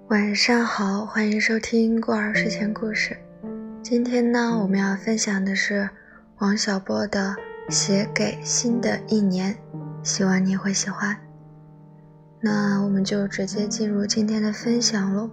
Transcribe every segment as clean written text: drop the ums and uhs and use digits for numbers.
晚上好，欢迎收听过儿睡前故事。今天呢，我们要分享的是王小波的《写给新的一年》，希望你会喜欢。那我们就直接进入今天的分享咯。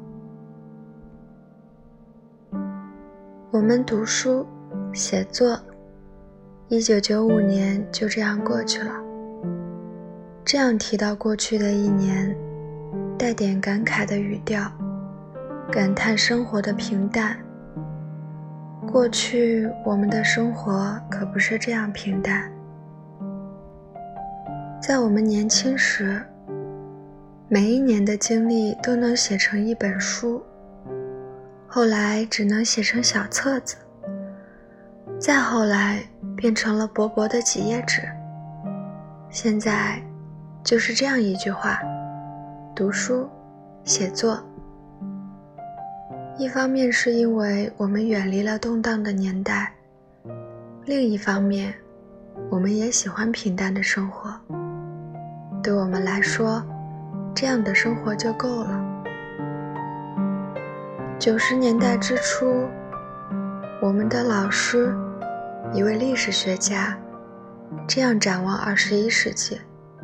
我们读书、写作，1995年就这样过去了。这样提到过去的一年，带点感慨的语调，感叹生活的平淡。过去我们的生活可不是这样平淡。在我们年轻时，每一年的经历都能写成一本书，后来只能写成小册子，再后来变成了薄薄的几页纸。现在就是这样一句话：读书、写作。一方面是因为我们远离了动荡的年代，另一方面，我们也喜欢平淡的生活。对我们来说，这样的生活就够了。90年代之初，我们的老师，一位历史学家，这样展望21世纪。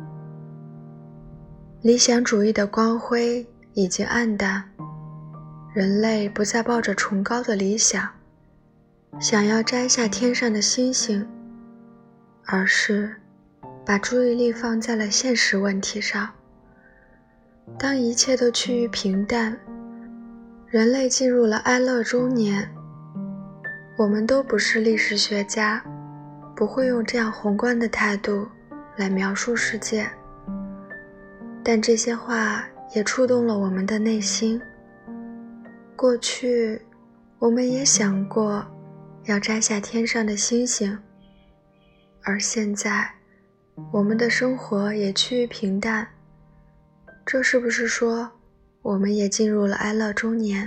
理想主义的光辉已经暗淡，人类不再抱着崇高的理想，想要摘下天上的星星，而是把注意力放在了现实问题上。当一切都趋于平淡，人类进入了哀乐中年。我们都不是历史学家，不会用这样宏观的态度来描述世界，但这些话也触动了我们的内心。过去我们也想过要摘下天上的星星，而现在我们的生活也趋于平淡，这是不是说我们也进入了哀乐中年？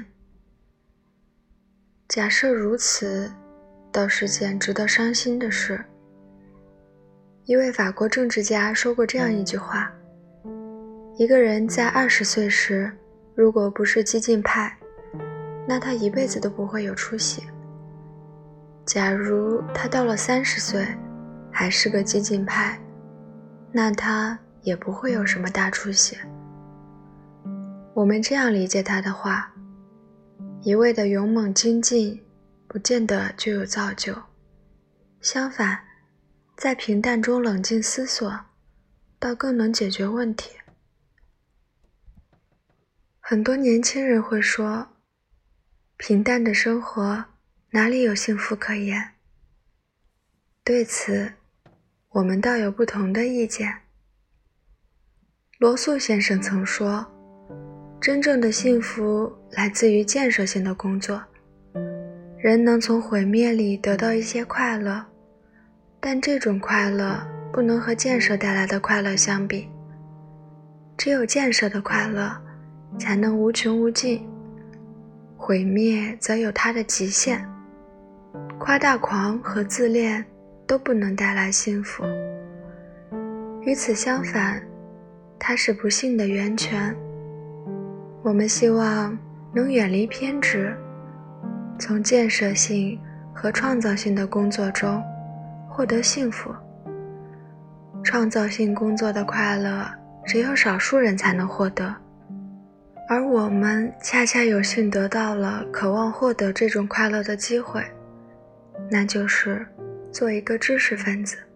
假设如此，倒是件值得伤心的事。一位法国政治家说过这样一句话：一个人在20岁时，如果不是激进派，那他一辈子都不会有出息。假如他到了30岁，还是个激进派，那他也不会有什么大出息。我们这样理解他的话：一味的勇猛精进，不见得就有造就。相反，在平淡中冷静思索，倒更能解决问题。很多年轻人会说，平淡的生活哪里有幸福可言？对此，我们倒有不同的意见。罗素先生曾说，真正的幸福来自于建设性的工作。人能从毁灭里得到一些快乐，但这种快乐不能和建设带来的快乐相比。只有建设的快乐才能无穷无尽，毁灭则有它的极限。夸大狂和自恋都不能带来幸福。与此相反，它是不幸的源泉。我们希望能远离偏执，从建设性和创造性的工作中获得幸福。创造性工作的快乐只有少数人才能获得，而我们恰恰有幸得到了渴望获得这种快乐的机会，那就是做一个知识分子。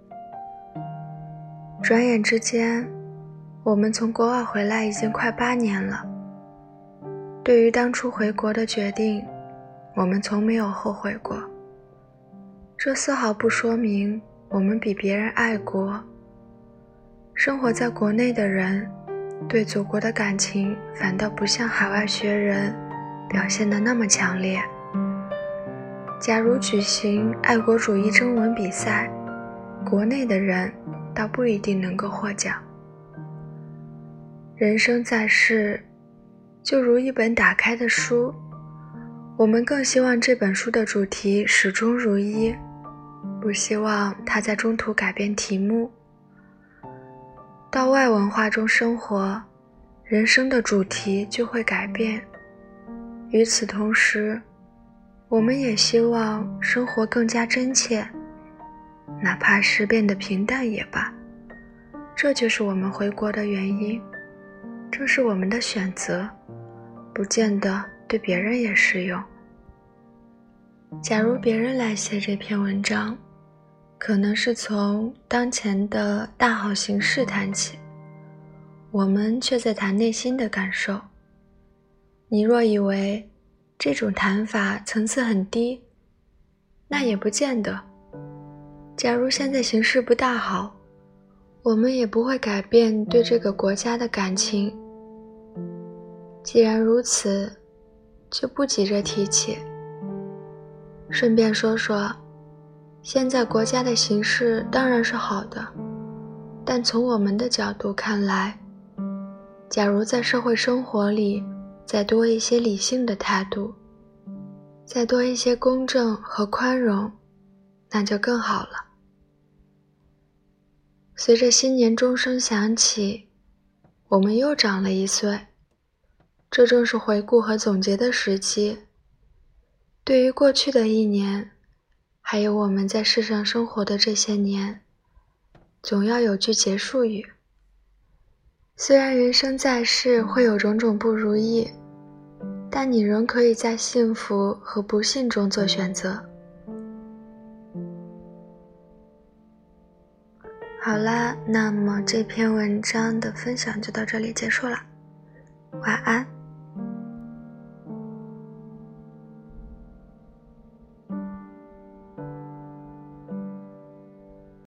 转眼之间，我们从国外回来已经快8年了。对于当初回国的决定，我们从没有后悔过。这丝毫不说明我们比别人爱国。生活在国内的人，对祖国的感情反倒不像海外学人表现得那么强烈。假如举行爱国主义征文比赛，国内的人倒不一定能够获奖。人生在世，就如一本打开的书，我们更希望这本书的主题始终如一，不希望它在中途改变题目。到外文化中生活，人生的主题就会改变， 与此同时，我们也希望生活更加真切，哪怕是变得平淡也罢。这就是我们回国的原因，这是我们的选择，不见得对别人也适用。假如别人来写这篇文章，可能是从当前的大好形势谈起，我们却在谈内心的感受。你若以为这种谈法层次很低，那也不见得。假如现在形势不大好，我们也不会改变对这个国家的感情。既然如此，就不急着提起。顺便说说，现在国家的形势当然是好的，但从我们的角度看来，假如在社会生活里再多一些理性的态度，再多一些公正和宽容，那就更好了。随着新年钟声响起，我们又长了1岁，这正是回顾和总结的时期。对于过去的1年，还有我们在世上生活的这些年，总要有句结束语。虽然人生在世会有种种不如意，但你仍可以在幸福和不幸中做选择。好啦，那么这篇文章的分享就到这里结束了，晚安。